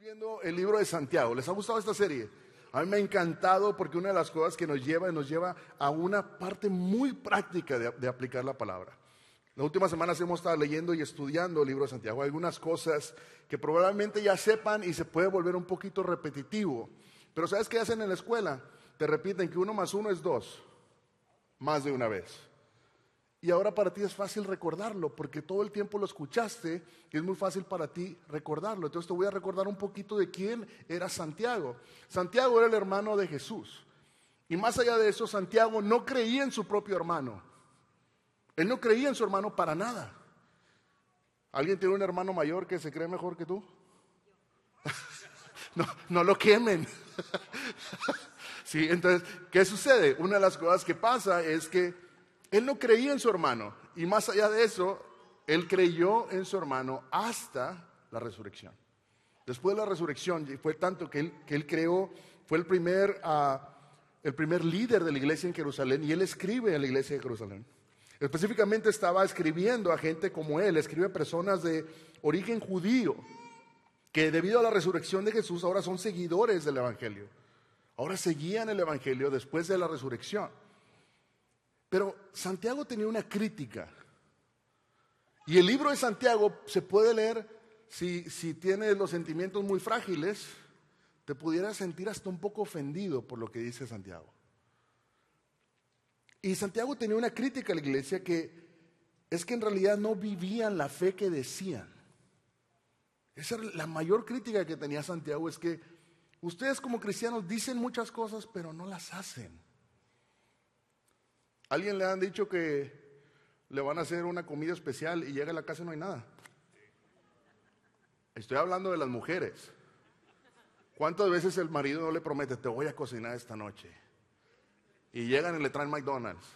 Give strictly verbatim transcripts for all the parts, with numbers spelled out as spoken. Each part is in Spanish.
viendo el libro de Santiago. ¿Les ha gustado esta serie? A mí me ha encantado porque una de las cosas que nos lleva, nos lleva a una parte muy práctica de, de aplicar la palabra. Las últimas semanas hemos estado leyendo y estudiando el libro de Santiago. Hay algunas cosas que probablemente ya sepan y se puede volver un poquito repetitivo. Pero ¿sabes qué hacen en la escuela? Te repiten que uno más uno es dos, más de una vez. Y ahora para ti es fácil recordarlo, porque todo el tiempo lo escuchaste y es muy fácil para ti recordarlo. Entonces te voy a recordar un poquito de quién era Santiago. Santiago era el hermano de Jesús. Y más allá de eso, Santiago no creía en su propio hermano. Él no creía en su hermano para nada. ¿Alguien tiene un hermano mayor que se cree mejor que tú? no, no lo quemen. Sí, entonces, ¿qué sucede? Una de las cosas que pasa es que él no creía en su hermano, y más allá de eso, él creyó en su hermano hasta la resurrección. Después de la resurrección, fue tanto que él, que él creó, fue el primer, uh, el primer líder de la iglesia en Jerusalén, y él escribe en la iglesia de Jerusalén. Específicamente estaba escribiendo a gente como él, escribe a personas de origen judío, que debido a la resurrección de Jesús ahora son seguidores del evangelio. Ahora seguían el evangelio después de la resurrección. Pero Santiago tenía una crítica. Y el libro de Santiago se puede leer, si, si tienes los sentimientos muy frágiles, te pudieras sentir hasta un poco ofendido por lo que dice Santiago. Y Santiago tenía una crítica a la iglesia que es que en realidad no vivían la fe que decían. Esa era la mayor crítica que tenía Santiago, es que ustedes como cristianos dicen muchas cosas, pero no las hacen. ¿Alguien le han dicho que le van a hacer una comida especial y llega a la casa y no hay nada? Estoy hablando de las mujeres. ¿Cuántas veces el marido no le promete, te voy a cocinar esta noche? Y llegan y le traen McDonald's.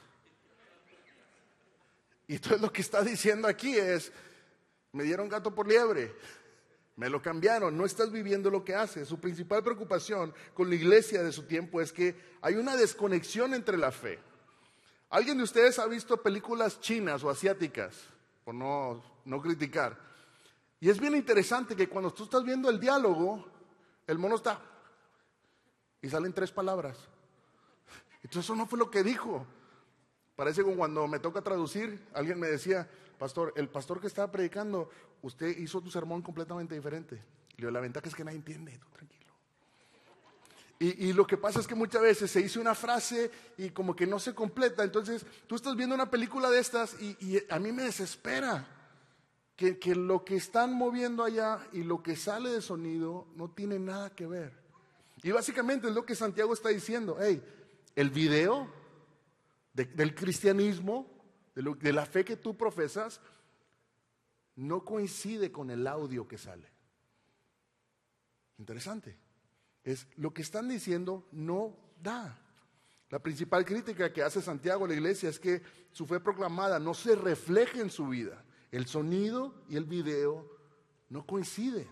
Y entonces lo que está diciendo aquí es, me dieron gato por liebre, me lo cambiaron, no estás viviendo lo que haces. Su principal preocupación con la iglesia de su tiempo es que hay una desconexión entre la fe. ¿Alguien de ustedes ha visto películas chinas o asiáticas? Por no, no criticar. Y es bien interesante que cuando tú estás viendo el diálogo, el mono está y salen tres palabras. Entonces eso no fue lo que dijo. Parece como cuando me toca traducir, alguien me decía, pastor, el pastor que estaba predicando, usted hizo tu sermón completamente diferente. Le digo, la ventaja es que nadie entiende, tú tranquilo. Y, y lo que pasa es que muchas veces se dice una frase y como que no se completa. Entonces tú estás viendo una película de estas y, y a mí me desespera que, que lo que están moviendo allá y lo que sale de sonido no tiene nada que ver. Y básicamente es lo que Santiago está diciendo. Hey, el video de, del cristianismo, de, lo, de la fe que tú profesas, no coincide con el audio que sale. Interesante. Es lo que están diciendo no da. La principal crítica que hace Santiago a la iglesia es que su fe proclamada no se refleja en su vida. El sonido y el video no coinciden.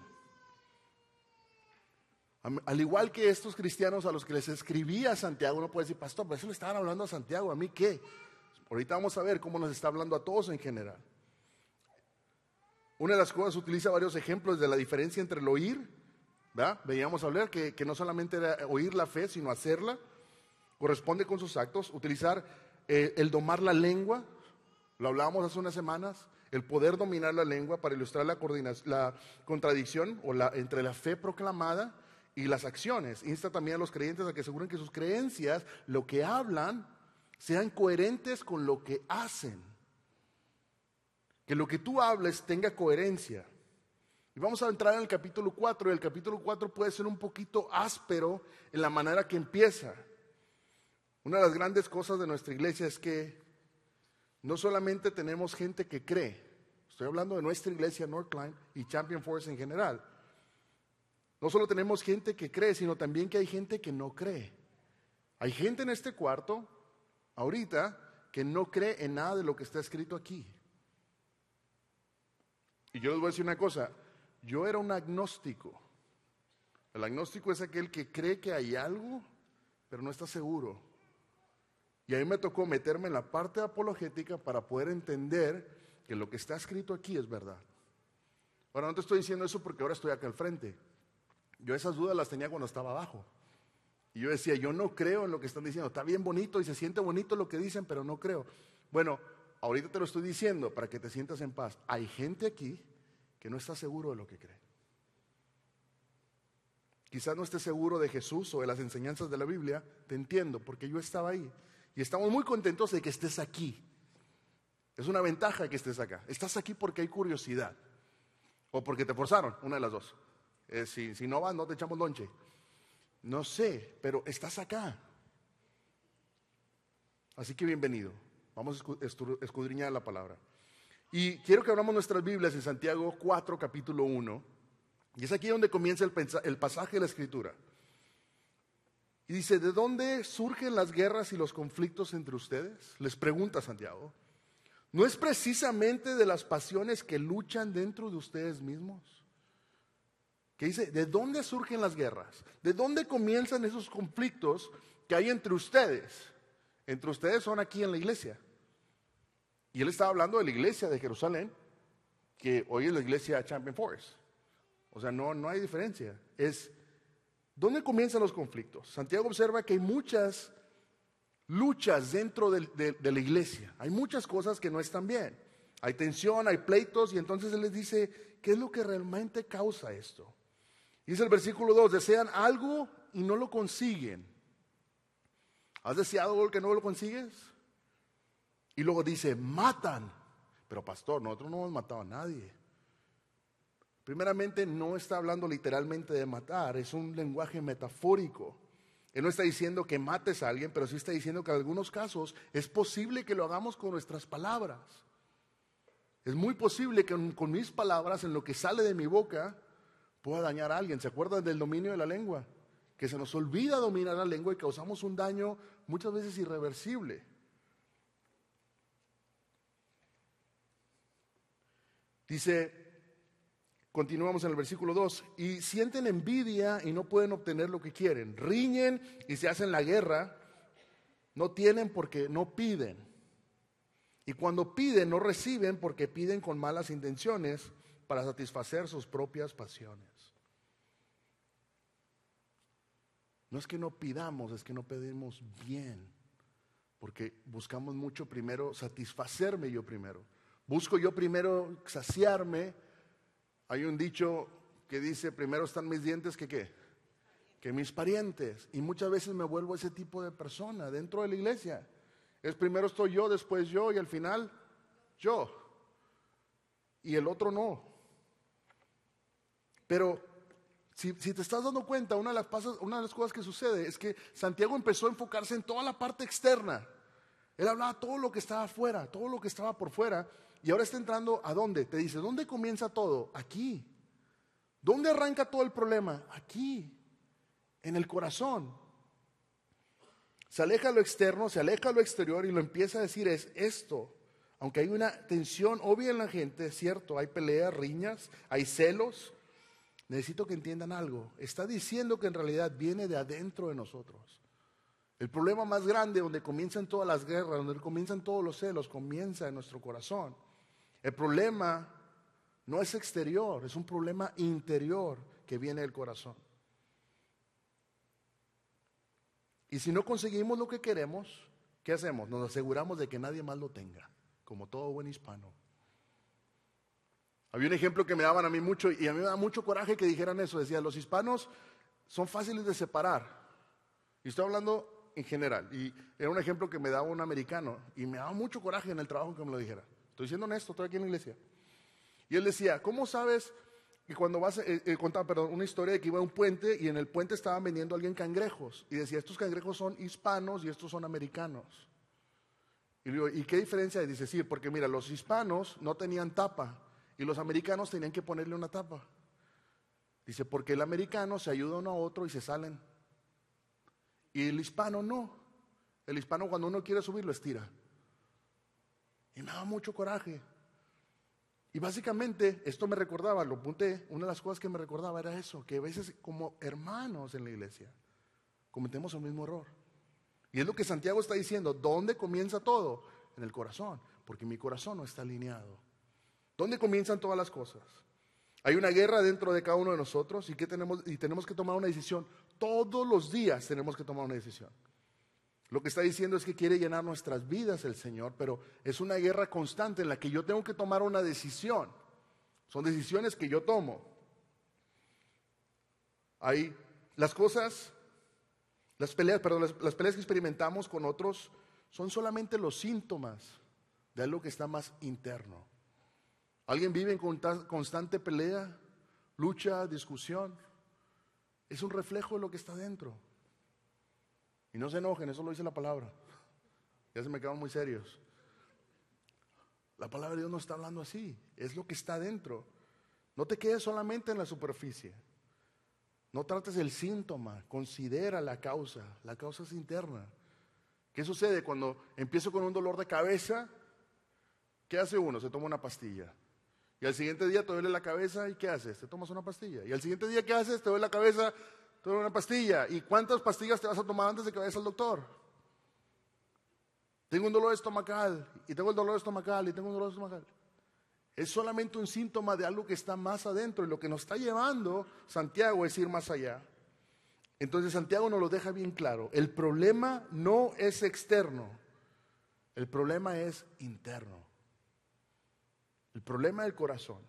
Al igual que estos cristianos a los que les escribía Santiago, uno puede decir, pastor, por eso le estaban hablando a Santiago, ¿a mí qué? Ahorita vamos a ver cómo nos está hablando a todos en general. Una de las cosas, utiliza varios ejemplos de la diferencia entre el oír, ¿verdad? Veíamos hablar que, que no solamente era oír la fe, sino hacerla. Corresponde con sus actos. Utilizar eh, el domar la lengua. Lo hablábamos hace unas semanas. El poder dominar la lengua para ilustrar la, la contradicción o la, entre la fe proclamada y las acciones. Insta también a los creyentes a que aseguren que sus creencias, lo que hablan, sean coherentes con lo que hacen. Que lo que tú hables tenga coherencia. Y vamos a entrar en el capítulo cuatro, y el capítulo cuatro puede ser un poquito áspero en la manera que empieza. Una de las grandes cosas de nuestra iglesia es que no solamente tenemos gente que cree, estoy hablando de nuestra iglesia Northline y Champion Force en general. No solo tenemos gente que cree, sino también que hay gente que no cree. Hay gente en este cuarto, ahorita, que no cree en nada de lo que está escrito aquí. Y yo les voy a decir una cosa. Yo era un agnóstico. El agnóstico es aquel que cree que hay algo, pero no está seguro. Y a mí me tocó meterme en la parte apologética para poder entender que lo que está escrito aquí es verdad. Ahora no te estoy diciendo eso porque ahora estoy acá al frente. Yo esas dudas las tenía cuando estaba abajo. Y yo decía, yo no creo en lo que están diciendo. Está bien bonito y se siente bonito lo que dicen, pero no creo. Bueno, ahorita te lo estoy diciendo para que te sientas en paz. Hay gente aquí que no está seguro de lo que cree. Quizás no esté seguro de Jesús o de las enseñanzas de la Biblia. Te entiendo, porque yo estaba ahí. Y estamos muy contentos de que estés aquí. Es una ventaja que estés acá. Estás aquí porque hay curiosidad. O porque te forzaron, una de las dos. Eh, si, si no vas, no te echamos lonche. No sé, pero estás acá. Así que bienvenido. Vamos a escudriñar la palabra. Y quiero que abramos nuestras Biblias en Santiago cuatro, capítulo uno. Y es aquí donde comienza el, el pasaje de la Escritura. Y dice, ¿de dónde surgen las guerras y los conflictos entre ustedes? Les pregunta Santiago. ¿No es precisamente de las pasiones que luchan dentro de ustedes mismos? Que dice, ¿de dónde surgen las guerras? ¿De dónde comienzan esos conflictos que hay entre ustedes? Entre ustedes son aquí en la iglesia. Y él estaba hablando de la iglesia de Jerusalén, que hoy es la iglesia Champion Forest. O sea, no, no hay diferencia. Es, ¿dónde comienzan los conflictos? Santiago observa que hay muchas luchas dentro de, de, de la iglesia. Hay muchas cosas que no están bien. Hay tensión, hay pleitos, y entonces él les dice, ¿qué es lo que realmente causa esto? Dice el versículo dos, desean algo y no lo consiguen. ¿Has deseado algo que no lo consigues? Y luego dice, matan. Pero pastor, nosotros no hemos matado a nadie. Primeramente, no está hablando literalmente de matar, es un lenguaje metafórico. Él no está diciendo que mates a alguien, pero sí está diciendo que en algunos casos es posible que lo hagamos con nuestras palabras. Es muy posible que con mis palabras, en lo que sale de mi boca, pueda dañar a alguien. ¿Se acuerdan del dominio de la lengua? Que se nos olvida dominar la lengua y causamos un daño muchas veces irreversible. Dice, continuamos en el versículo dos, y sienten envidia y no pueden obtener lo que quieren. Riñen y se hacen la guerra, no tienen porque no piden. Y cuando piden no reciben porque piden con malas intenciones para satisfacer sus propias pasiones. No es que no pidamos, es que no pedimos bien, porque buscamos mucho primero satisfacerme yo primero. Busco yo primero saciarme. Hay un dicho que dice, primero están mis dientes que qué, que mis parientes. Y muchas veces me vuelvo ese tipo de persona dentro de la iglesia. Es primero estoy yo, después yo y al final yo. Y el otro no. Pero si, si te estás dando cuenta, una de, las pasas, una de las cosas que sucede es que Santiago empezó a enfocarse en toda la parte externa. Él hablaba todo lo que estaba afuera, todo lo que estaba por fuera. Y ahora está entrando ¿a dónde? Te dice, ¿dónde comienza todo? Aquí. ¿Dónde arranca todo el problema? Aquí, en el corazón. Se aleja lo externo, se aleja lo exterior y lo empieza a decir es esto. Aunque hay una tensión obvia en la gente, es cierto, hay peleas, riñas, hay celos. Necesito que entiendan algo. Está diciendo que en realidad viene de adentro de nosotros. El problema más grande donde comienzan todas las guerras, donde comienzan todos los celos, comienza en nuestro corazón. El problema no es exterior, es un problema interior que viene del corazón. Y si no conseguimos lo que queremos, ¿qué hacemos? Nos aseguramos de que nadie más lo tenga, como todo buen hispano. Había un ejemplo que me daban a mí mucho y a mí me da mucho coraje que dijeran eso. Decía, los hispanos son fáciles de separar. Y estoy hablando en general. Y era un ejemplo que me daba un americano y me daba mucho coraje en el trabajo que me lo dijera. Estoy siendo honesto, estoy aquí en la iglesia. Y él decía, ¿cómo sabes que cuando vas, eh, eh, contaba, perdón, una historia de que iba a un puente y en el puente estaban vendiendo a alguien cangrejos? Y decía, estos cangrejos son hispanos y estos son americanos. Y le digo, ¿y qué diferencia hay? Dice, sí, porque mira, los hispanos no tenían tapa y los americanos tenían que ponerle una tapa. Dice, porque el americano se ayuda uno a otro y se salen. Y el hispano no. El hispano cuando uno quiere subir lo estira. Y me daba mucho coraje. Y básicamente esto me recordaba, lo apunté, una de las cosas que me recordaba era eso, que a veces como hermanos en la iglesia cometemos el mismo error. Y es lo que Santiago está diciendo, ¿dónde comienza todo? En el corazón, porque mi corazón no está alineado. ¿Dónde comienzan todas las cosas? Hay una guerra dentro de cada uno de nosotros y, ¿qué tenemos? Y tenemos que tomar una decisión. Todos los días tenemos que tomar una decisión. Lo que está diciendo es que quiere llenar nuestras vidas el Señor, pero es una guerra constante en la que yo tengo que tomar una decisión. Son decisiones que yo tomo. Hay las cosas, las peleas, perdón, las, las peleas que experimentamos con otros son solamente los síntomas de algo que está más interno. Alguien vive en constante pelea, lucha, discusión. Es un reflejo de lo que está dentro. Y no se enojen, eso lo dice la palabra. Ya se me quedan muy serios. La palabra de Dios no está hablando así. Es lo que está dentro. No te quedes solamente en la superficie. No trates el síntoma. Considera la causa. La causa es interna. ¿Qué sucede cuando empiezo con un dolor de cabeza? ¿Qué hace uno? Se toma una pastilla. Y al siguiente día te duele la cabeza, ¿y qué haces? Te tomas una pastilla. Y al siguiente día, ¿qué haces? Te duele la cabeza, te duele una pastilla. ¿Y cuántas pastillas te vas a tomar antes de que vayas al doctor? Tengo un dolor estomacal, y tengo el dolor estomacal, y tengo un dolor estomacal. Es solamente un síntoma de algo que está más adentro. Y lo que nos está llevando Santiago es ir más allá. Entonces Santiago nos lo deja bien claro. El problema no es externo. El problema es interno. El problema del corazón.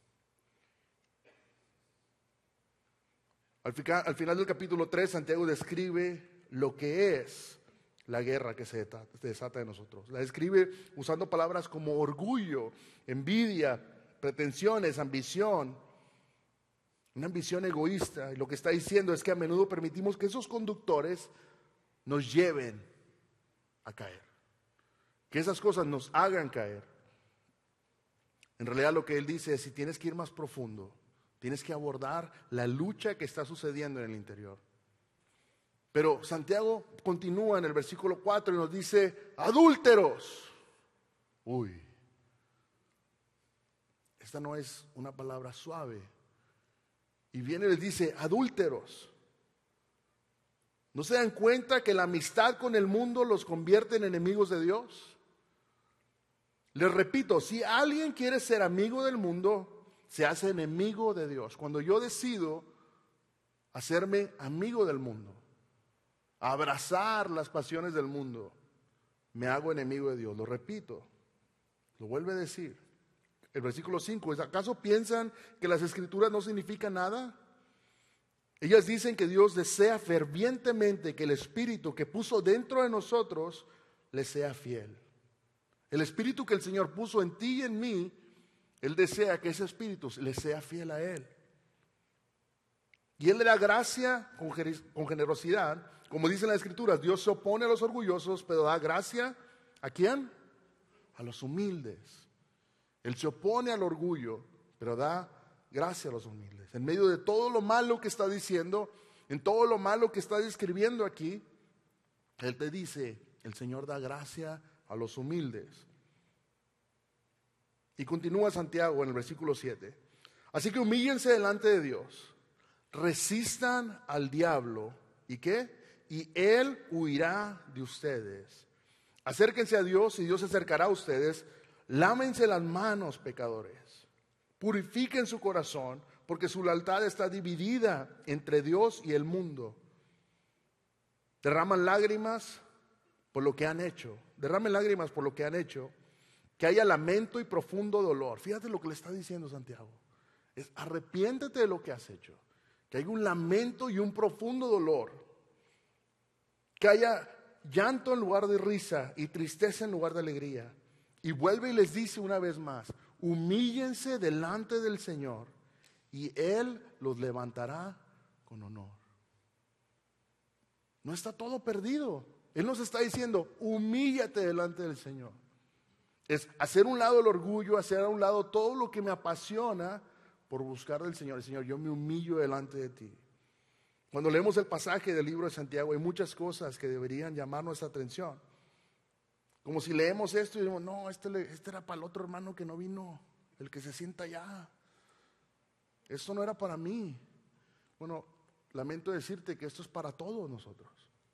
Al final, al final del capítulo tres, Santiago describe lo que es la guerra que se desata de nosotros. La describe usando palabras como orgullo, envidia, pretensiones, ambición, una ambición egoísta. Y lo que está diciendo es que a menudo permitimos que esos conductores nos lleven a caer, que esas cosas nos hagan caer. En realidad lo que él dice es, si tienes que ir más profundo, tienes que abordar la lucha que está sucediendo en el interior. Pero Santiago continúa en el versículo cuatro y nos dice, adúlteros. Uy, esta no es una palabra suave. Y viene y les dice, adúlteros. ¿No se dan cuenta que la amistad con el mundo los convierte en enemigos de Dios? Les repito, si alguien quiere ser amigo del mundo, se hace enemigo de Dios. Cuando yo decido hacerme amigo del mundo, abrazar las pasiones del mundo, me hago enemigo de Dios. Lo repito, lo vuelve a decir. El versículo cinco, ¿acaso piensan que las escrituras no significan nada? Ellas dicen que Dios desea fervientemente que el Espíritu que puso dentro de nosotros le sea fiel. El Espíritu que el Señor puso en ti y en mí, Él desea que ese Espíritu le sea fiel a Él. Y Él le da gracia con generosidad. Como dicen las Escrituras, Dios se opone a los orgullosos, pero da gracia ¿a quién? A los humildes. Él se opone al orgullo, pero da gracia a los humildes. En medio de todo lo malo que está diciendo, en todo lo malo que está describiendo aquí, Él te dice, el Señor da gracia a los humildes. Y continúa Santiago en el versículo siete. Así que humíllense delante de Dios, resistan al diablo, ¿y qué? Y Él huirá de ustedes. Acérquense a Dios y Dios se acercará a ustedes. Lámense las manos, pecadores. Purifiquen su corazón, porque su lealtad está dividida entre Dios y el mundo. Derraman lágrimas por lo que han hecho. Derramen lágrimas por lo que han hecho. Que haya lamento y profundo dolor. Fíjate lo que le está diciendo Santiago. Es arrepiéntete de lo que has hecho. Que haya un lamento y un profundo dolor. Que haya llanto en lugar de risa y tristeza en lugar de alegría. Y vuelve y les dice una vez más, humíllense delante del Señor y Él los levantará con honor. No está todo perdido. Él nos está diciendo, humíllate delante del Señor. Es hacer un lado el orgullo, hacer a un lado todo lo que me apasiona por buscar del Señor. El Señor, yo me humillo delante de ti. Cuando leemos el pasaje del libro de Santiago hay muchas cosas que deberían llamar nuestra atención. Como si leemos esto y decimos, no, este, este era para el otro hermano que no vino, el que se sienta allá. Esto no era para mí. Bueno, lamento decirte que esto es para todos nosotros.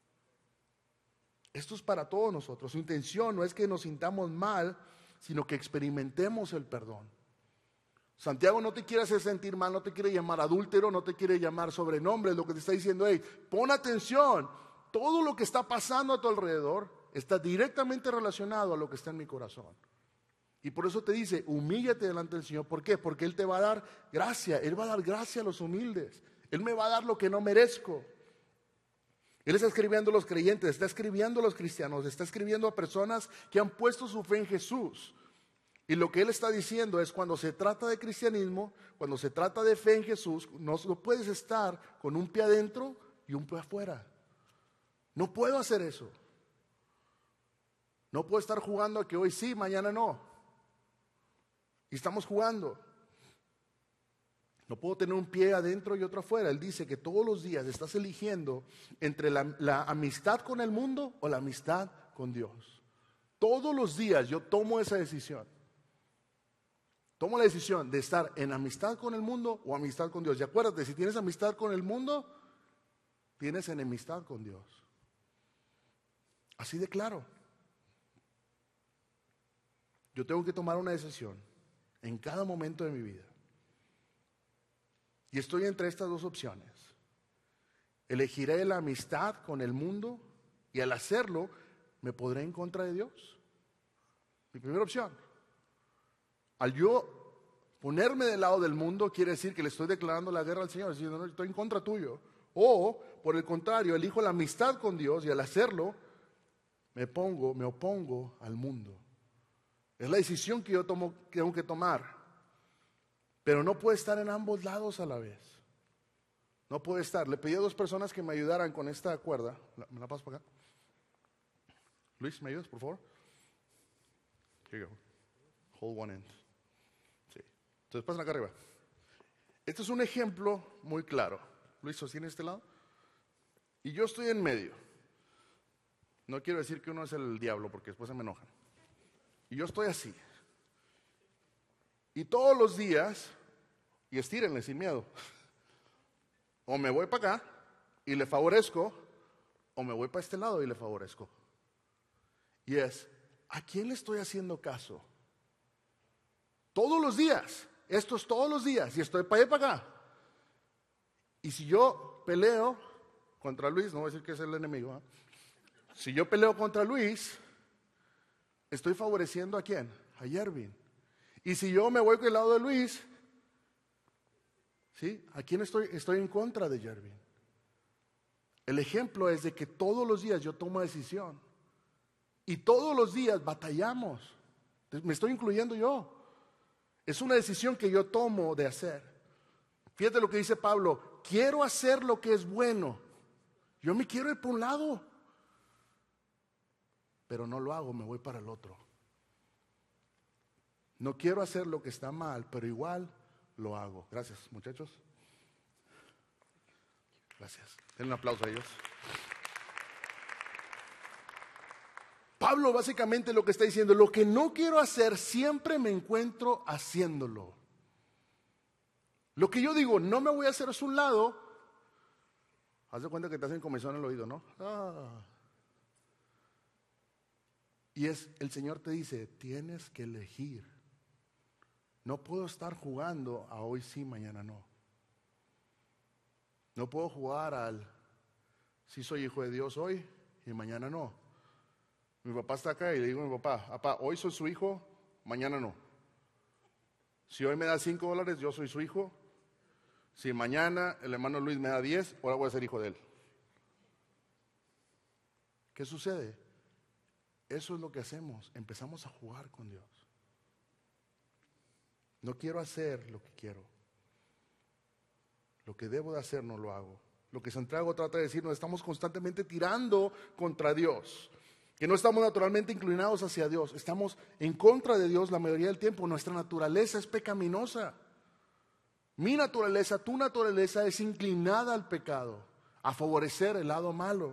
Esto es para todos nosotros. Su intención no es que nos sintamos mal, sino que experimentemos el perdón. Santiago no te quiere hacer sentir mal, no te quiere llamar adúltero, no te quiere llamar sobrenombres. Lo que te está diciendo, hey, pon atención. Todo lo que está pasando a tu alrededor está directamente relacionado a lo que está en mi corazón. Y por eso te dice, humíllate delante del Señor. ¿Por qué? Porque Él te va a dar gracia. Él va a dar gracia a los humildes. Él me va a dar lo que no merezco. Él está escribiendo a los creyentes, está escribiendo a los cristianos, está escribiendo a personas que han puesto su fe en Jesús. Y lo que Él está diciendo es, cuando se trata de cristianismo, cuando se trata de fe en Jesús, no, no puedes estar con un pie adentro y un pie afuera. No puedo hacer eso. No puedo estar jugando a que hoy sí, mañana no. Y estamos jugando. No puedo tener un pie adentro y otro afuera. Él dice que todos los días estás eligiendo entre la, la amistad con el mundo o la amistad con Dios. Todos los días yo tomo esa decisión. Tomo la decisión de estar en amistad con el mundo o amistad con Dios. Y acuérdate, si tienes amistad con el mundo, tienes enemistad con Dios. Así de claro. Yo tengo que tomar una decisión en cada momento de mi vida. Y estoy entre estas dos opciones. Elegiré la amistad con el mundo y al hacerlo me podré en contra de Dios. Mi primera opción. Al yo ponerme del lado del mundo quiere decir que le estoy declarando la guerra al Señor, diciendo, no, estoy en contra tuyo. O, por el contrario, elijo la amistad con Dios y al hacerlo me pongo, me opongo al mundo. Es la decisión que yo tomo, que tengo que tomar. Pero no puede estar en ambos lados a la vez. No puede estar. Le pedí a dos personas que me ayudaran con esta cuerda. ¿Me la paso para acá? Luis, ¿me ayudas, por favor? Here you go. Hold one end. Sí. Entonces pasan acá arriba. Este es un ejemplo muy claro. Luis, sostiene este lado. Y yo estoy en medio. No quiero decir que uno es el diablo porque después se me enojan. Y yo estoy así. Y todos los días, y estírenle sin miedo, o me voy para acá y le favorezco, o me voy para este lado y le favorezco. Y es, ¿a quién le estoy haciendo caso? Todos los días, esto es todos los días, y estoy para allá y para acá. Y si yo peleo contra Luis, no voy a decir que es el enemigo, ¿eh? Si yo peleo contra Luis, estoy favoreciendo ¿a quién? A Yervin. Y si yo me voy con el lado de Luis, ¿sí? ¿A quién estoy? Estoy en contra de Yervin. El ejemplo es de que todos los días yo tomo decisión. Y todos los días batallamos. Me estoy incluyendo yo. Es una decisión que yo tomo de hacer. Fíjate lo que dice Pablo. Quiero hacer lo que es bueno. Yo me quiero ir por un lado. Pero no lo hago, me voy para el otro. No quiero hacer lo que está mal, pero igual lo hago. Gracias, muchachos. Gracias. Den un aplauso a ellos. Pablo básicamente lo que está diciendo, lo que no quiero hacer siempre me encuentro haciéndolo. Lo que yo digo, no me voy a hacer es un lado. Haz de cuenta que te hacen comezón en el oído, ¿no? Ah. Y es, el Señor te dice, tienes que elegir. No puedo estar jugando a hoy sí, mañana no. No puedo jugar al sí soy hijo de Dios hoy y mañana no. Mi papá está acá y le digo a mi papá, papá, hoy soy su hijo, mañana no. Si hoy me da cinco dólares, yo soy su hijo. Si mañana el hermano Luis me da diez, ahora voy a ser hijo de él. ¿Qué sucede? Eso es lo que hacemos, empezamos a jugar con Dios. No quiero hacer lo que quiero. Lo que debo de hacer no lo hago. Lo que Santiago trata de decir, nos estamos constantemente tirando contra Dios. Que no estamos naturalmente inclinados hacia Dios. Estamos en contra de Dios la mayoría del tiempo. Nuestra naturaleza es pecaminosa. Mi naturaleza, tu naturaleza es inclinada al pecado, a favorecer el lado malo.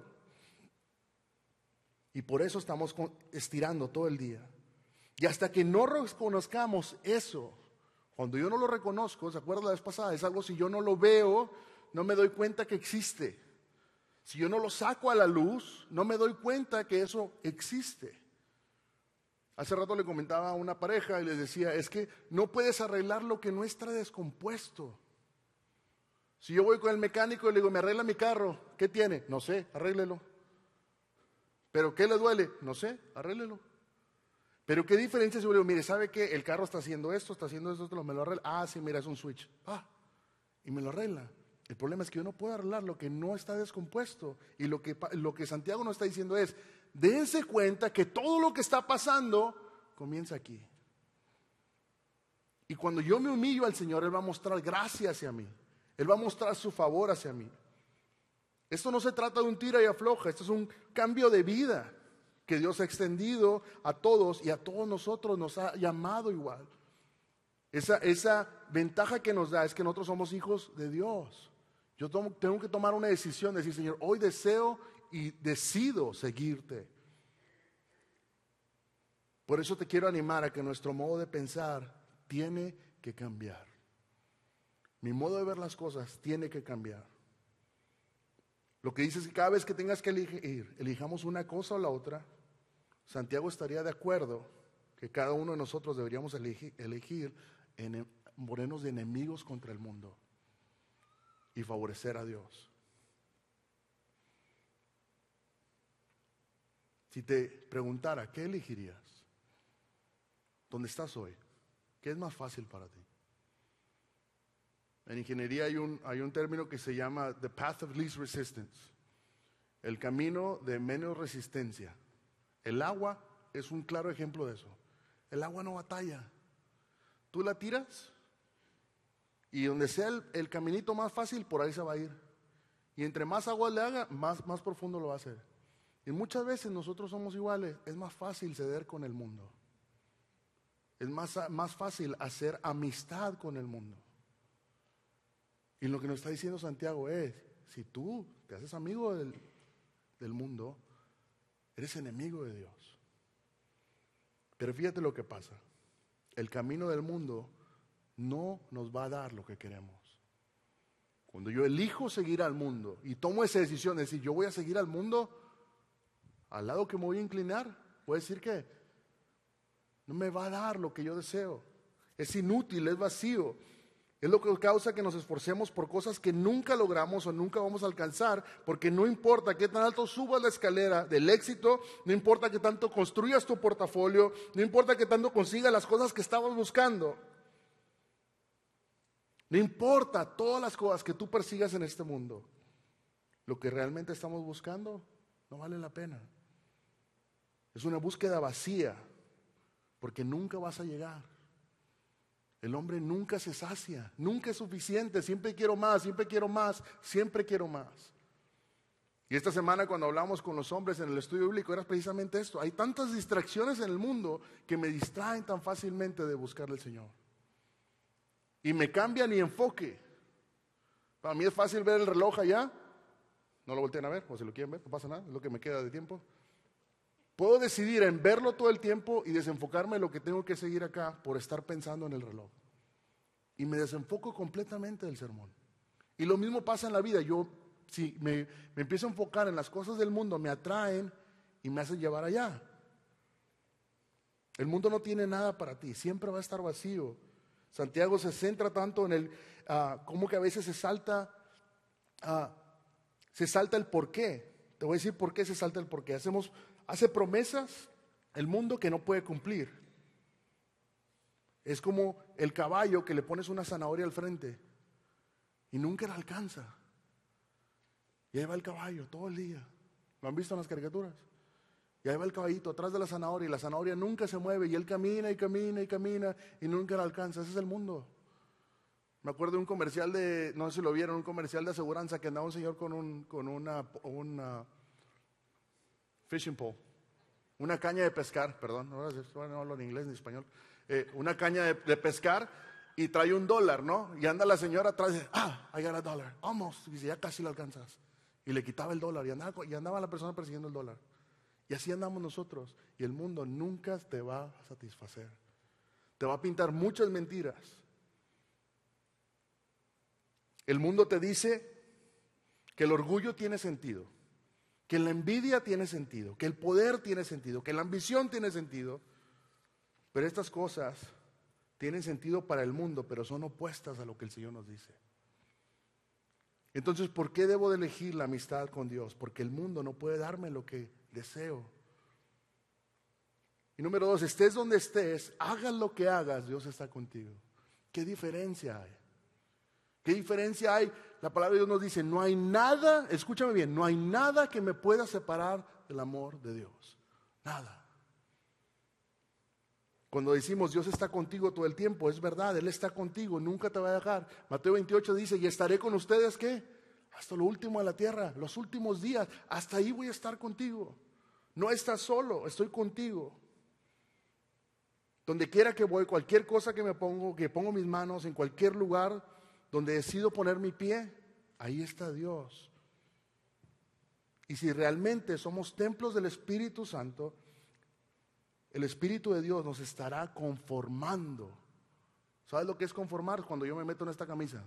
Y por eso estamos estirando todo el día. Y hasta que no reconozcamos eso, cuando yo no lo reconozco, ¿se acuerdan la vez pasada? Es algo, si yo no lo veo, no me doy cuenta que existe. Si yo no lo saco a la luz, no me doy cuenta que eso existe. Hace rato le comentaba a una pareja y les decía, es que no puedes arreglar lo que no está descompuesto. Si yo voy con el mecánico y le digo, me arregla mi carro, ¿qué tiene? No sé, arréglelo. ¿Pero qué le duele? No sé, arréglelo. Pero qué diferencia si yo le digo, mire, ¿sabe qué? El carro está haciendo esto, está haciendo esto, me lo arregla. Ah, sí, mira, es un switch. Ah, y me lo arregla. El problema es que yo no puedo arreglar lo que no está descompuesto. Y lo que, lo que Santiago nos está diciendo es, dense cuenta que todo lo que está pasando comienza aquí. Y cuando yo me humillo al Señor, Él va a mostrar gracia hacia mí. Él va a mostrar su favor hacia mí. Esto no se trata de un tira y afloja, esto es un cambio de vida que Dios ha extendido a todos y a todos nosotros nos ha llamado igual. Esa, esa ventaja que nos da es que nosotros somos hijos de Dios. Yo tomo, tengo que tomar una decisión, decir, Señor, hoy deseo y decido seguirte. Por eso te quiero animar a que nuestro modo de pensar tiene que cambiar. Mi modo de ver las cosas tiene que cambiar. Lo que dice es que cada vez que tengas que elegir, elijamos una cosa o la otra, Santiago estaría de acuerdo que cada uno de nosotros deberíamos elegir, elegir en, morenos de enemigos contra el mundo y favorecer a Dios. Si te preguntara, ¿qué elegirías? ¿Dónde estás hoy? ¿Qué es más fácil para ti? En ingeniería hay un, hay un término que se llama the path of least resistance, el camino de menos resistencia. El agua es un claro ejemplo de eso. El agua no batalla. Tú la tiras y donde sea el, el caminito más fácil, por ahí se va a ir. Y entre más agua le haga, más, más profundo lo va a hacer. Y muchas veces nosotros somos iguales. Es más fácil ceder con el mundo. Es más, más fácil hacer amistad con el mundo. Y lo que nos está diciendo Santiago es, si tú te haces amigo del, del mundo, eres enemigo de Dios. Pero fíjate lo que pasa. El camino del mundo no nos va a dar lo que queremos. Cuando yo elijo seguir al mundo y tomo esa decisión de decir, yo voy a seguir al mundo, al lado que me voy a inclinar, voy a decir que no me va a dar lo que yo deseo. Es inútil, es vacío. Es lo que causa que nos esforcemos por cosas que nunca logramos o nunca vamos a alcanzar, porque no importa qué tan alto subas la escalera del éxito, no importa qué tanto construyas tu portafolio, no importa qué tanto consigas las cosas que estabas buscando. No importa todas las cosas que tú persigas en este mundo, lo que realmente estamos buscando no vale la pena. Es una búsqueda vacía, porque nunca vas a llegar. El hombre nunca se sacia, nunca es suficiente, siempre quiero más, siempre quiero más, siempre quiero más. Y esta semana cuando hablamos con los hombres en el estudio bíblico era precisamente esto. Hay tantas distracciones en el mundo que me distraen tan fácilmente de buscar al Señor. Y me cambia mi enfoque. Para mí es fácil ver el reloj allá, no lo volteen a ver, o si lo quieren ver, no pasa nada, es lo que me queda de tiempo. Puedo decidir en verlo todo el tiempo y desenfocarme en lo que tengo que seguir acá por estar pensando en el reloj. Y me desenfoco completamente del sermón. Y lo mismo pasa en la vida. Yo, si me, me empiezo a enfocar en las cosas del mundo, me atraen y me hacen llevar allá. El mundo no tiene nada para ti, siempre va a estar vacío. Santiago se centra tanto en el, uh, cómo que a veces se salta, uh, se salta el por qué. Te voy a decir por qué se salta el por qué. Hacemos... Hace promesas el mundo que no puede cumplir. Es como el caballo que le pones una zanahoria al frente y nunca la alcanza. Y ahí va el caballo todo el día. ¿Lo han visto en las caricaturas? Y ahí va el caballito atrás de la zanahoria y la zanahoria nunca se mueve y él camina y camina y camina y nunca la alcanza. Ese es el mundo. Me acuerdo de un comercial de, no sé si lo vieron, un comercial de aseguranza que andaba un señor con, un, con una... una fishing pole, una caña de pescar, perdón, no, no hablo ni inglés ni español, eh, una caña de, de pescar y trae un dólar, ¿no? Y anda la señora atrás y dice, ah, I got a dollar, almost, y dice, ya casi lo alcanzas. Y le quitaba el dólar y andaba, y andaba la persona persiguiendo el dólar. Y así andamos nosotros. Y el mundo nunca te va a satisfacer. Te va a pintar muchas mentiras. El mundo te dice que el orgullo tiene sentido, que la envidia tiene sentido, que el poder tiene sentido, que la ambición tiene sentido, Pero estas cosas tienen sentido para el mundo, pero son opuestas a lo que el Señor nos dice. Entonces, ¿por qué debo de elegir la amistad con Dios? Porque el mundo no puede darme lo que deseo. Y número dos, estés donde estés, hagas lo que hagas, Dios está contigo. ¿Qué diferencia hay? ¿Qué diferencia hay? La palabra de Dios nos dice, no hay nada, escúchame bien, no hay nada que me pueda separar del amor de Dios. Nada. Cuando decimos Dios está contigo todo el tiempo, es verdad, Él está contigo, nunca te va a dejar. Mateo veintiocho dice, y estaré con ustedes, ¿qué? Hasta lo último de la tierra, los últimos días, hasta ahí voy a estar contigo. No estás solo, estoy contigo. Donde quiera que voy, cualquier cosa que me pongo, que pongo mis manos, en cualquier lugar donde decido poner mi pie, ahí está Dios. Y si realmente somos templos del Espíritu Santo, el Espíritu de Dios nos estará conformando. ¿Sabes lo que es conformar? Cuando yo me meto en esta camisa.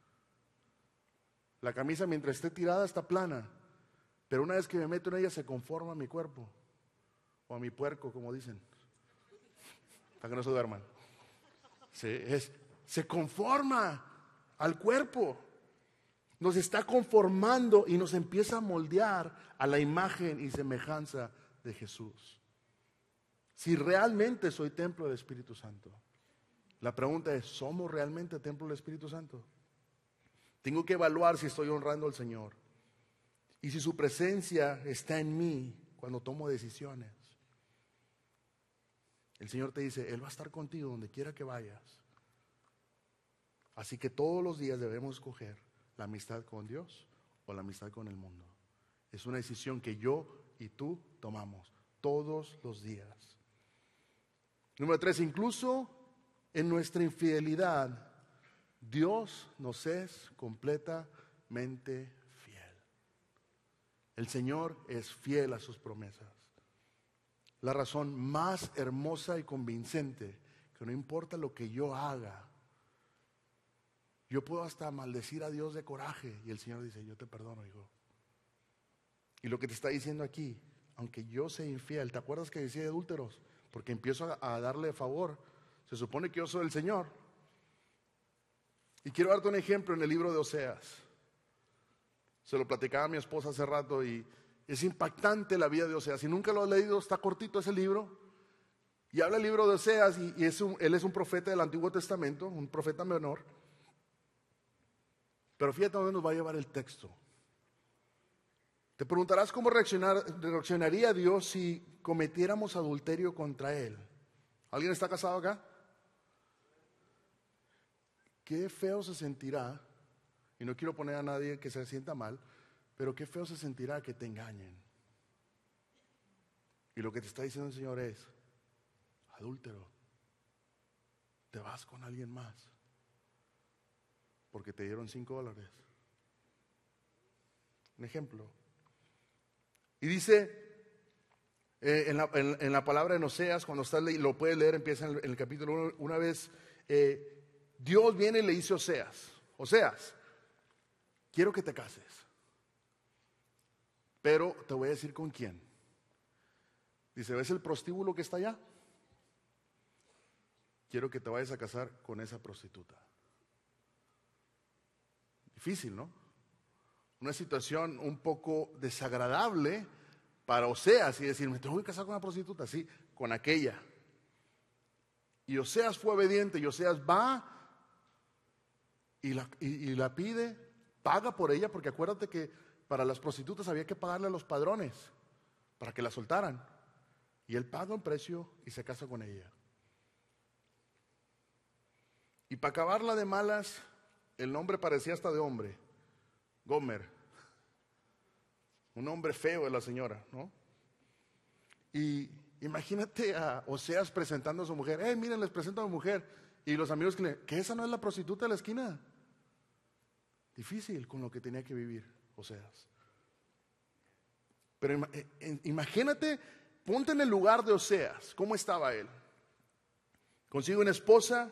La camisa mientras esté tirada está plana, pero una vez que me meto en ella se conforma a mi cuerpo, o a mi puerco, como dicen, para que no se duerman. Sí, es, se conforma al cuerpo. Nos está conformando y nos empieza a moldear a la imagen y semejanza de Jesús. Si realmente soy templo del Espíritu Santo, la pregunta es, ¿somos realmente templo del Espíritu Santo? Tengo que evaluar si estoy honrando al Señor y si su presencia está en mí cuando tomo decisiones. El Señor te dice, Él va a estar contigo donde quiera que vayas. Así que todos los días debemos escoger la amistad con Dios o la amistad con el mundo. Es una decisión que yo y tú tomamos todos los días. Número tres, incluso en nuestra infidelidad, Dios nos es completamente fiel. El Señor es fiel a sus promesas. La razón más hermosa y convincente, que no importa lo que yo haga, yo puedo hasta maldecir a Dios de coraje y el Señor dice, yo te perdono, hijo. Y lo que te está diciendo aquí, aunque yo sea infiel, ¿te acuerdas que decía adúlteros? Porque empiezo a, a darle favor. Se supone que yo soy el Señor. Y quiero darte un ejemplo en el libro de Oseas. Se lo platicaba a mi esposa hace rato y es impactante la vida de Oseas. Si nunca lo has leído, está cortito ese libro. Y habla el libro de Oseas y, y es un, él es un profeta del Antiguo Testamento, un profeta menor. Pero fíjate dónde nos va a llevar el texto. Te preguntarás cómo reaccionar, reaccionaría Dios si cometiéramos adulterio contra Él. ¿Alguien está casado acá? Qué feo se sentirá, y no quiero poner a nadie que se sienta mal, pero qué feo se sentirá que te engañen. Y lo que te está diciendo el Señor es, adúltero, te vas con alguien más, porque te dieron cinco dólares. Un ejemplo. Y dice eh, en, la, en, en la palabra en Oseas, cuando estás le, lo puedes leer, empieza en el, en el capítulo uno, una vez, eh, Dios viene y le dice a Oseas, Oseas, quiero que te cases, pero te voy a decir con quién. Dice, ¿ves el prostíbulo que está allá? Quiero que te vayas a casar con esa prostituta. Difícil, ¿no? Una situación un poco desagradable para Oseas y decir, me tengo que casar con una prostituta, sí, con aquella. Y Oseas fue obediente y Oseas va y la, y, y la pide, paga por ella, porque acuérdate que para las prostitutas había que pagarle a los padrones para que la soltaran. Y él paga un precio y se casa con ella. Y para acabarla de malas, el nombre parecía hasta de hombre. Gomer, un hombre feo de la señora, ¿no? Y imagínate a Oseas presentando a su mujer, eh, miren, les presento a mi mujer, y los amigos que le, que esa no es la prostituta de la esquina. Difícil con lo que tenía que vivir Oseas. Pero imagínate, ponte en el lugar de Oseas, ¿cómo estaba él? Consigue una esposa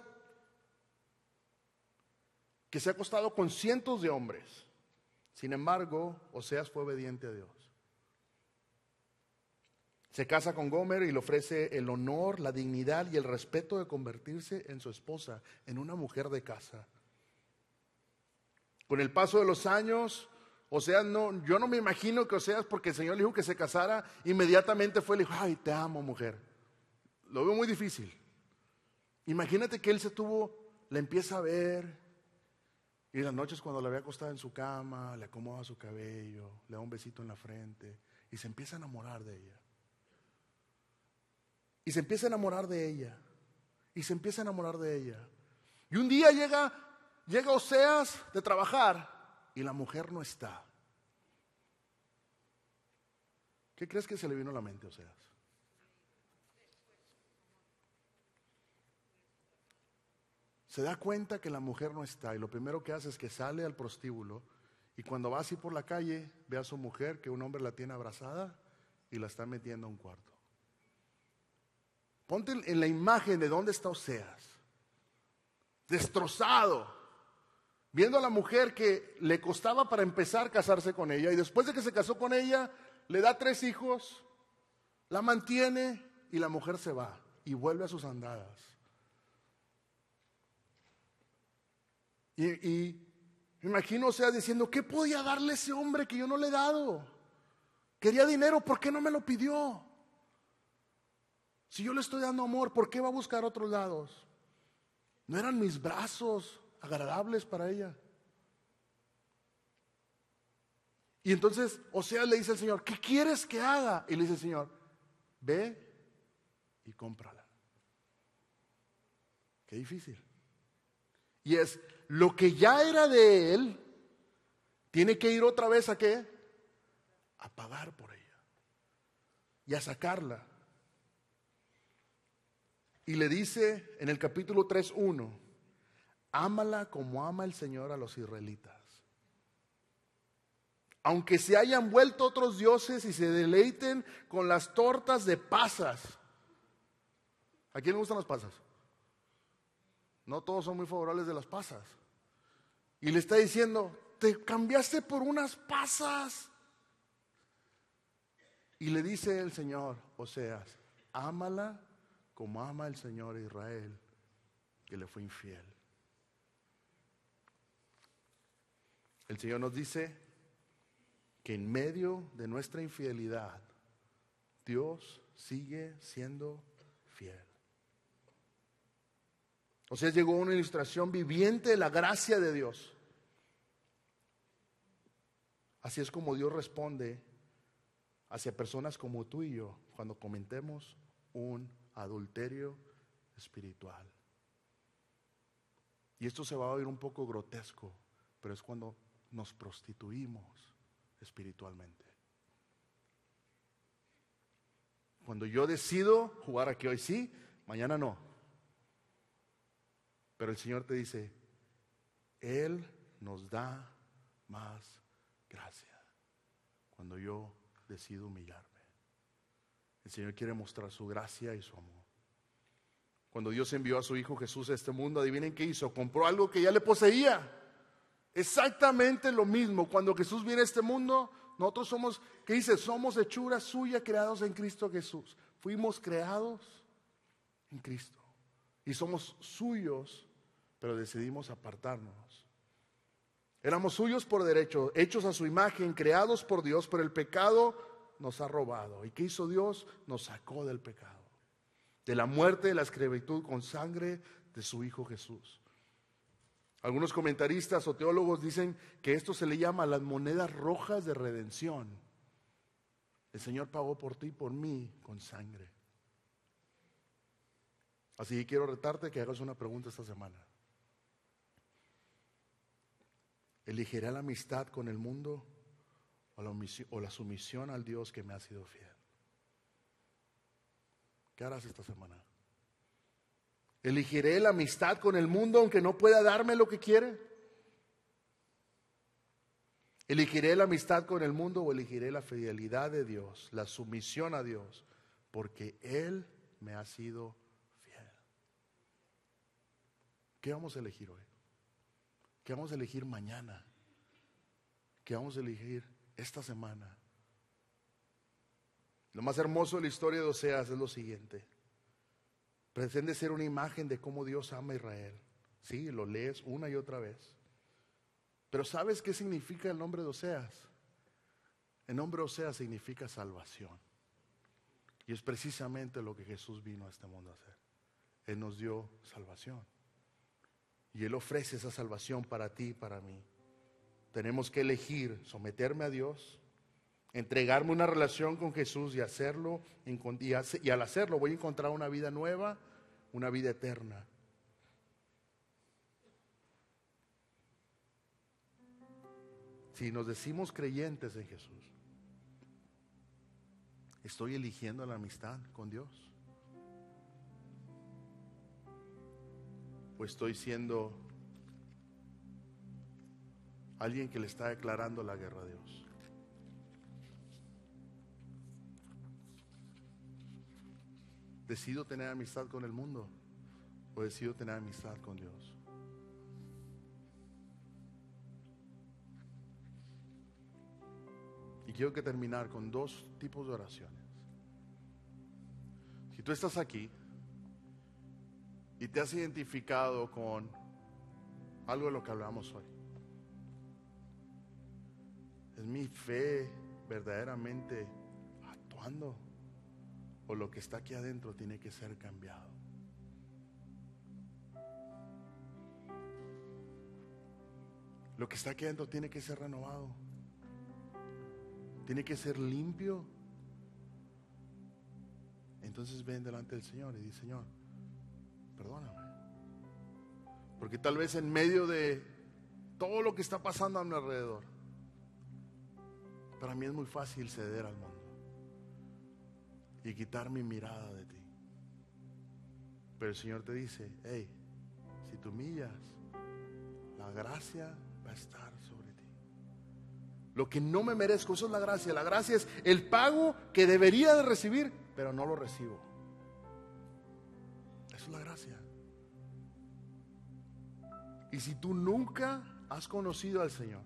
que se ha acostado con cientos de hombres. Sin embargo, Oseas fue obediente a Dios. Se casa con Gomer y le ofrece el honor, la dignidad y el respeto de convertirse en su esposa, en una mujer de casa. Con el paso de los años, Oseas no, yo no me imagino que Oseas, porque el Señor le dijo que se casara, inmediatamente fue y le dijo, ay, te amo, mujer. Lo veo muy difícil. Imagínate que él se tuvo, la empieza a ver, y en las noches cuando la ve acostada en su cama, le acomoda su cabello, le da un besito en la frente, y se empieza a enamorar de ella. Y se empieza a enamorar de ella. Y se empieza a enamorar de ella. Y un día llega, llega Oseas de trabajar y la mujer no está. ¿Qué crees que se le vino a la mente a Oseas? Se da cuenta que la mujer no está y lo primero que hace es que sale al prostíbulo y cuando va así por la calle ve a su mujer que un hombre la tiene abrazada y la está metiendo a un cuarto. Ponte en la imagen de dónde está Oseas, destrozado, viendo a la mujer que le costaba para empezar a casarse con ella y después de que se casó con ella le da tres hijos, la mantiene y la mujer se va y vuelve a sus andadas. Y, y me imagino Oseas diciendo, ¿qué podía darle ese hombre que yo no le he dado? Quería dinero, ¿por qué no me lo pidió? Si yo le estoy dando amor, ¿por qué va a buscar otros lados? ¿No eran mis brazos agradables para ella? Y entonces Oseas le dice al Señor, ¿qué quieres que haga? Y le dice el Señor, ve y cómprala. Qué difícil. Y es, lo que ya era de él, tiene que ir otra vez ¿a qué? A pagar por ella. Y a sacarla. Y le dice en el capítulo tres, uno, ámala como ama el Señor a los israelitas. Aunque se hayan vuelto otros dioses y se deleiten con las tortas de pasas. ¿A quién le gustan las pasas? No todos son muy favorables de las pasas. Y le está diciendo, te cambiaste por unas pasas. Y le dice el Señor, Oseas, ámala como ama el Señor a Israel, que le fue infiel. El Señor nos dice que en medio de nuestra infidelidad, Dios sigue siendo fiel. O sea, llegó una ilustración viviente de la gracia de Dios. Así es como Dios responde hacia personas como tú y yo cuando cometemos un adulterio espiritual. Y esto se va a oír un poco grotesco, pero es cuando nos prostituimos espiritualmente. Cuando yo decido jugar aquí hoy sí, mañana no. Pero el Señor te dice, Él nos da más gracia cuando yo decido humillarme. El Señor quiere mostrar su gracia y su amor. Cuando Dios envió a su Hijo Jesús a este mundo, adivinen qué hizo, compró algo que ya le poseía. Exactamente lo mismo. Cuando Jesús viene a este mundo, nosotros somos, ¿qué dice? Somos hechura suya, creados en Cristo Jesús. Fuimos creados en Cristo. Y somos suyos, pero decidimos apartarnos. Éramos suyos por derecho, hechos a su imagen, creados por Dios, pero el pecado nos ha robado. ¿Y qué hizo Dios? Nos sacó del pecado, de la muerte, de la esclavitud, con sangre de su Hijo Jesús. Algunos comentaristas o teólogos dicen que esto se le llama las monedas rojas de redención. El Señor pagó por ti y por mí con sangre. Así que quiero retarte que hagas una pregunta esta semana. ¿Elegiré la amistad con el mundo o la, omisión, o la sumisión al Dios que me ha sido fiel? ¿Qué harás esta semana? ¿Elegiré la amistad con el mundo aunque no pueda darme lo que quiere? ¿Elegiré la amistad con el mundo o elegiré la fidelidad de Dios, la sumisión a Dios, porque Él me ha sido fiel? ¿Qué vamos a elegir hoy? ¿Qué vamos a elegir mañana? ¿Qué vamos a elegir esta semana? Lo más hermoso de la historia de Oseas es lo siguiente. Pretende ser una imagen de cómo Dios ama a Israel. Sí, lo lees una y otra vez. Pero ¿sabes qué significa el nombre de Oseas? El nombre de Oseas significa salvación. Y es precisamente lo que Jesús vino a este mundo a hacer. Él nos dio salvación. Y Él ofrece esa salvación para ti y para mí. Tenemos que elegir someterme a Dios, entregarme una relación con Jesús y hacerlo, y al hacerlo voy a encontrar una vida nueva, una vida eterna. Si nos decimos creyentes en Jesús, ¿estoy eligiendo la amistad con Dios? ¿O estoy siendo alguien que le está declarando la guerra a Dios? ¿Decido tener amistad con el mundo o decido tener amistad con Dios? Y quiero que terminar con dos tipos de oraciones. Si tú estás aquí y te has identificado con algo de lo que hablamos hoy, ¿es mi fe verdaderamente actuando? ¿O lo que está aquí adentro tiene que ser cambiado? Lo que está aquí adentro tiene que ser renovado. Tiene que ser limpio. Entonces ven delante del Señor y di: Señor, perdóname. Porque tal vez en medio de todo lo que está pasando a mi alrededor, para mí es muy fácil ceder al mundo y quitar mi mirada de ti. Pero el Señor te dice: hey, si te humillas, la gracia va a estar sobre ti. Lo que no me merezco, eso es la gracia. La gracia es el pago que debería de recibir, pero no lo recibo. Eso es la gracia. Y si tú nunca has conocido al Señor,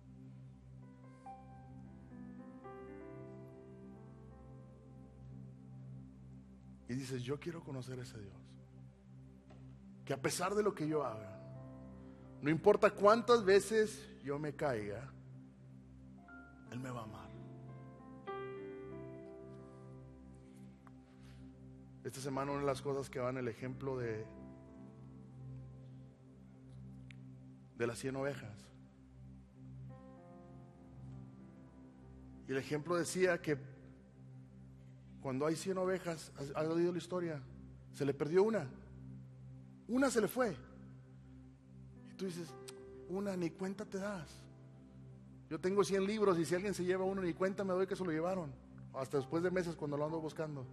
y dices: yo quiero conocer a ese Dios, que a pesar de lo que yo haga, no importa cuántas veces yo me caiga, Él me va a amar. Esta semana una de las cosas que van el ejemplo de de las cien ovejas. Y el ejemplo decía que cuando hay cien ovejas, ¿has oído la historia? Se le perdió una. Una se le fue. Y tú dices: una, ni cuenta te das. Yo tengo cien libros y si alguien se lleva uno, ni cuenta me doy que se lo llevaron. Hasta después de meses cuando lo ando buscando.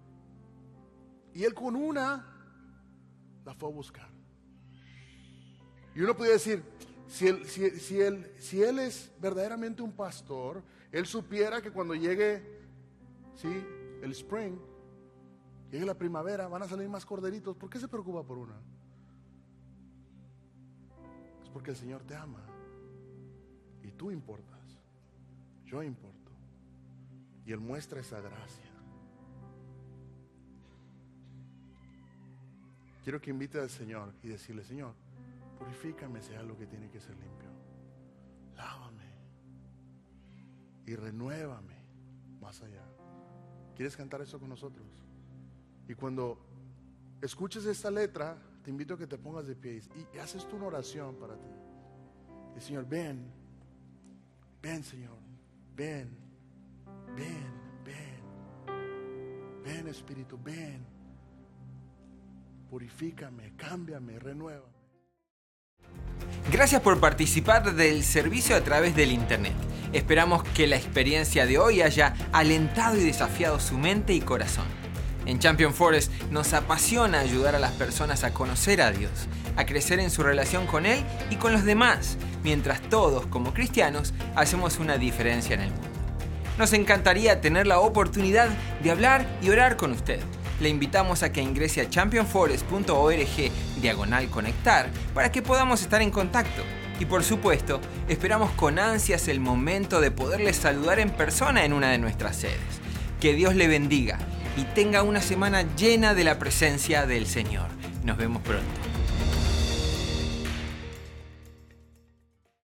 Y él con una la fue a buscar. Y uno puede decir: si él, si, si, él, si él es verdaderamente un pastor, él supiera que cuando llegue, ¿sí?, el spring, llegue la primavera, van a salir más corderitos. ¿Por qué se preocupa por una? Es porque el Señor te ama. Y tú importas. Yo importo. Y Él muestra esa gracia. Quiero que invite al Señor y decirle: Señor, purifícame si hay algo que tiene que ser limpio. Lávame. Y renuévame más allá. ¿Quieres cantar eso con nosotros? Y cuando escuches esta letra, te invito a que te pongas de pie y haces tú una oración para ti. Y Señor, ven, ven, Señor, ven, ven, ven, ven, Espíritu, ven, purifícame, cámbiame, renuévame. Gracias por participar del servicio a través del internet. Esperamos que la experiencia de hoy haya alentado y desafiado su mente y corazón. En Champion Forest nos apasiona ayudar a las personas a conocer a Dios, a crecer en su relación con Él y con los demás, mientras todos, como cristianos, hacemos una diferencia en el mundo. Nos encantaría tener la oportunidad de hablar y orar con usted. Le invitamos a que ingrese a championforest punto org diagonal conectar para que podamos estar en contacto. Y por supuesto, esperamos con ansias el momento de poderles saludar en persona en una de nuestras sedes. Que Dios le bendiga y tenga una semana llena de la presencia del Señor. Nos vemos pronto.